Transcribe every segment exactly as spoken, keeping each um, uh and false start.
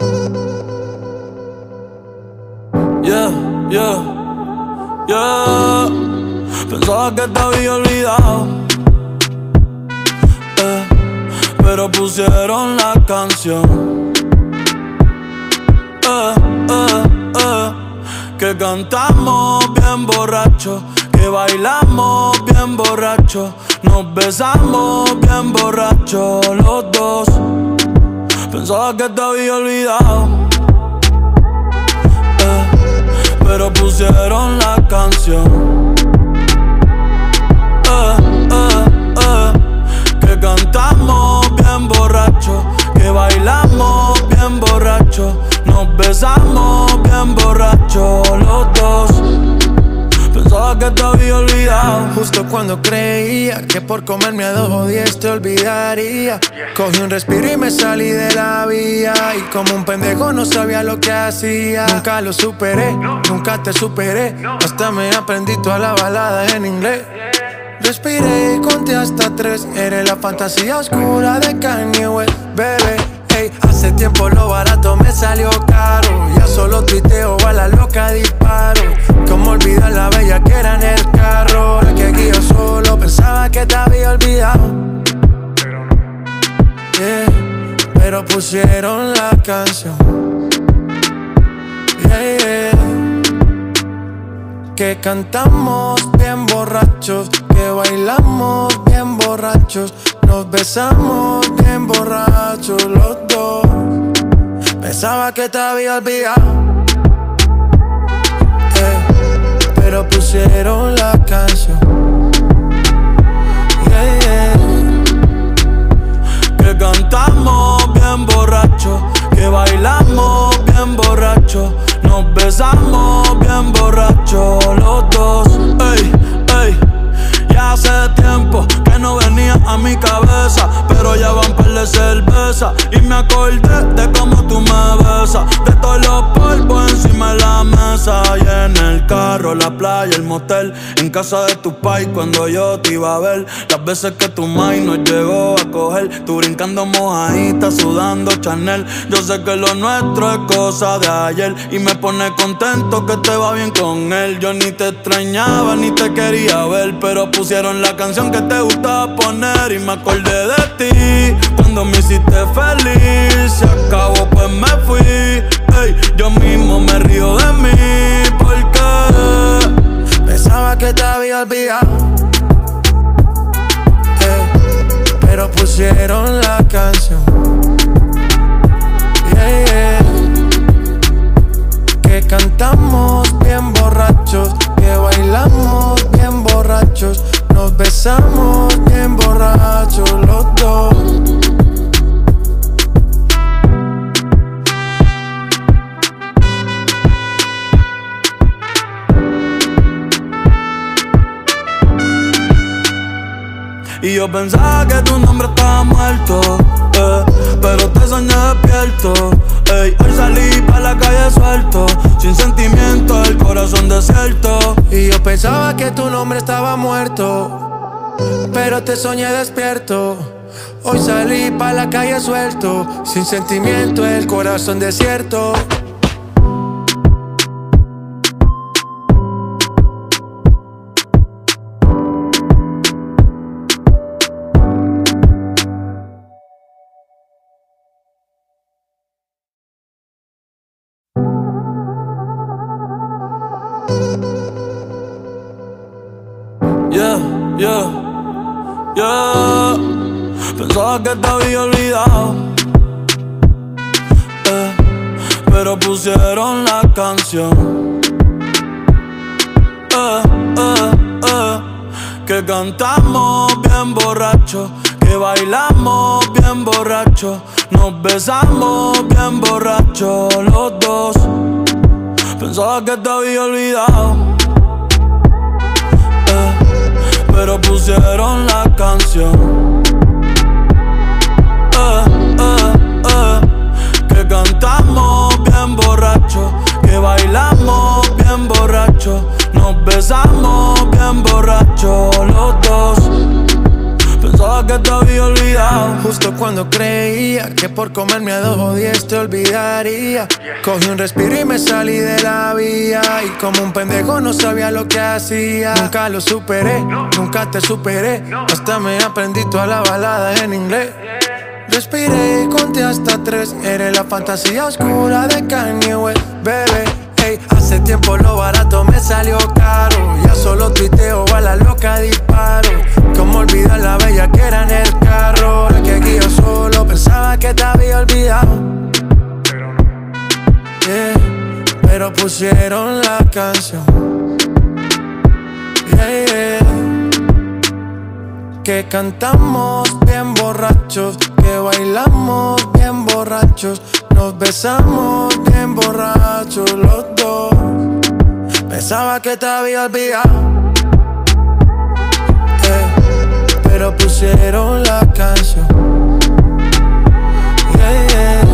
Yeah, yeah, yeah. Pensaba que te había olvidado, eh, pero pusieron la canción, eh, eh, eh, que cantamos bien borrachos, que bailamos bien borrachos, nos besamos bien borrachos los dos. Pensaba que te había olvidado, eh, pero pusieron la canción, eh, eh, eh, que cantamos bien borrachos, que bailamos bien borrachos, nos besamos bien borrachos los dos. Pensaba que te había olvidado, justo cuando creía que por comerme a dos o diez te olvidaría. Cogí un respiro y me salí de la vía, y como un pendejo no sabía lo que hacía. Nunca lo superé, nunca te superé, hasta me aprendí toda la balada en inglés. Respiré y conté hasta tres, eres la fantasía oscura de Kanye West, bebé. Hey, hace tiempo lo barato me salió caro, ya solo tuiteo a la loca disparo. Cómo olvidar la bella que era en el carro, la que aquí yo solo pensaba que te había olvidado. Yeah, pero pusieron la canción, yeah, yeah, que cantamos bien borrachos, que bailamos bien borrachos, nos besamos bien borrachos los dos. Pensaba que te había olvidado, pero pusieron la canción, yeah, yeah, que cantamos bien borrachos, que bailamos bien borrachos, nos besamos bien borrachos los dos. Ey, ey, ya hace tiempo que no venía a mi cabeza, pero ya van par de cerveza y me acordé de cómo tú me besas, de todos los polvos encima de la mesa, y en el carro, la playa, el motel, en casa de tu pai cuando yo te iba a ver, las veces que tu mai nos llegó a coger, tú brincando mojadita, sudando Chanel. Yo sé que lo nuestro es cosa de ayer y me pone contento que te va bien con él. Yo ni te extrañaba ni te quería ver, pero pusieron la canción que te gustaba poner y me acordé de ti cuando me hiciste feliz. Se acabó pues me fui, ey, yo mismo me río de mí porque pensaba que te había olvidado, eh, pero pusieron la canción, yeah, yeah, que cantamos bien borrachos, que bailamos bien borrachos, nos besamos bien borrachos los dos. Y yo pensaba que tu nombre estaba muerto, eh, pero te soñé despierto. Ey, hoy salí pa' la calle suelto, sin sentimiento, el corazón desierto. Y yo pensaba que tu nombre estaba muerto, pero te soñé despierto. Hoy salí pa' la calle suelto, sin sentimiento, el corazón desierto. Yeah, yeah, yeah. Pensaba que te había olvidado, eh, pero pusieron la canción, eh, eh, eh, que cantamos bien borrachos, que bailamos bien borrachos, nos besamos bien borrachos los dos. Pensaba que te había olvidado, pero pusieron la canción, eh, eh, eh, que cantamos bien borrachos, que bailamos bien borrachos, nos besamos bien borrachos los dos. Pensaba que te había olvidado, justo cuando creía que por comerme a dos o diez te olvidaría. Cogí un respiro y me salí de la vía, y como un pendejo no sabía lo que hacía. Nunca lo superé, nunca te superé, hasta me aprendí toda la balada en inglés. Respiré y conté hasta tres, eres la fantasía oscura de Kanye West, bebé. Hey, hace tiempo lo barato me salió caro, ya solo tuiteo a la loca disparo. Cómo olvidar la bella que era en el carro, la que aquí yo solo pensaba que te había olvidado. Yeah, pero pusieron la canción. Yeah, yeah. Que cantamos bien borrachos, que bailamos bien borrachos, nos besamos bien borrachos los dos. Pensaba que te había olvidado, eh, pero pusieron la canción. Yeah, yeah.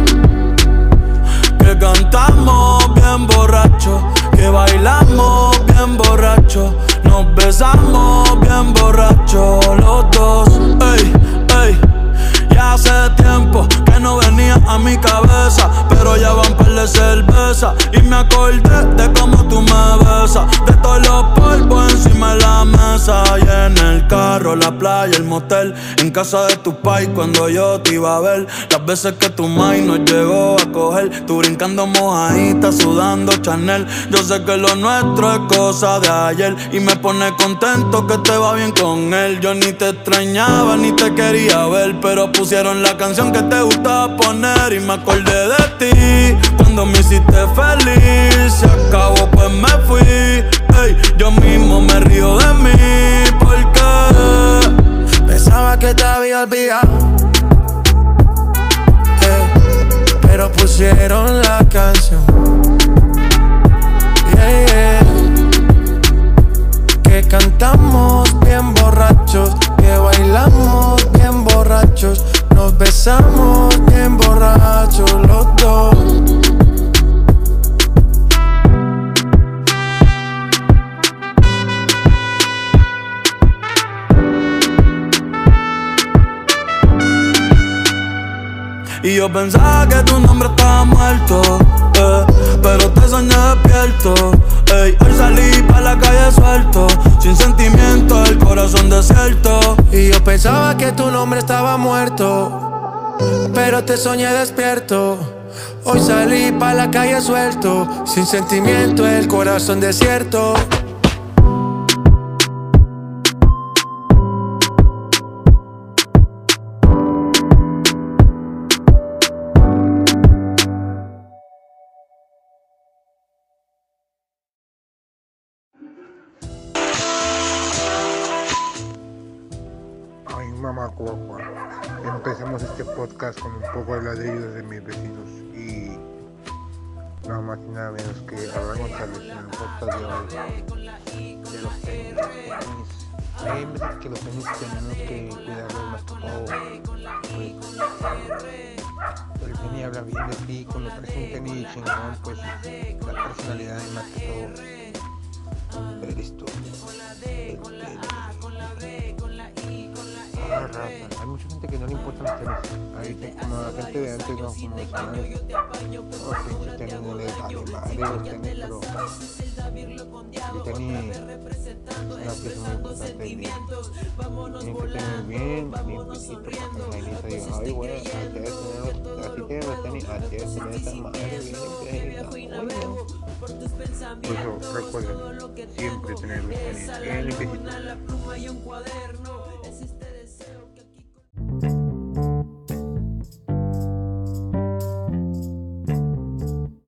Que cantamos bien borrachos, que bailamos bien borrachos, nos besamos bien borrachos los dos. Ey, ey, ya hace tiempo que no venía a mi cabeza, pero ya van par de cerveza y me acordé de cómo tú me besas, de todos los polvos encima de la mesa, y en el carro, la playa, el motel, en casa de tu pai cuando yo te iba a ver, las veces que tu mai nos llegó a coger, tú brincando mojadita, sudando Chanel. Yo sé que lo nuestro es cosa de ayer y me pone contento que te va bien con él. Yo ni te extrañaba ni te quería ver, pero pusieron la canción que te gustaba poner y me acordé de ti cuando me hiciste feliz. Se acabó pues me fui, ey, yo mismo me río de mí porque pensaba que te había olvidado, eh, pero pusieron la canción. Yeah, yeah. Que cantamos bien borrachos, que bailamos bien borrachos, nos besamos bien borrachos los dos. y yo pensaba que tu nombre estaba muerto, eh, pero te soñé despierto. Ey, hoy salí pa' la calle suelto, sin sentimiento, el corazón desierto. Y yo pensaba que tu nombre estaba muerto, pero te soñé despierto. Hoy salí pa' la calle suelto, sin sentimiento, el corazón desierto. Ay, mamá cuacua. Empecemos este podcast con un poco de ladrillos de mis vecinos y nada más y nada menos que Abraham González en el podcast de hoy de los tenis. Hay veces que los tenis tenemos que cuidarlos más que todo, pues el tenis habla bien de ti. Cuando traes un tenis chingón, pues la personalidad es más que todo eres tú. Ah, raza. Hay mucha gente que no le importan los tenis. Hay como la gente de antes, no, como los señores. Los pinches tenis no les vale madre los tenis, pero el tenis es una pieza muy importante y tienen que tener bien, bien pesito para que la niñita diga, ay güey, así tienen los tenis, así es tener esa madre bien limpiecita. Por eso recuerden siempre tener los tenis bien limpiecitos.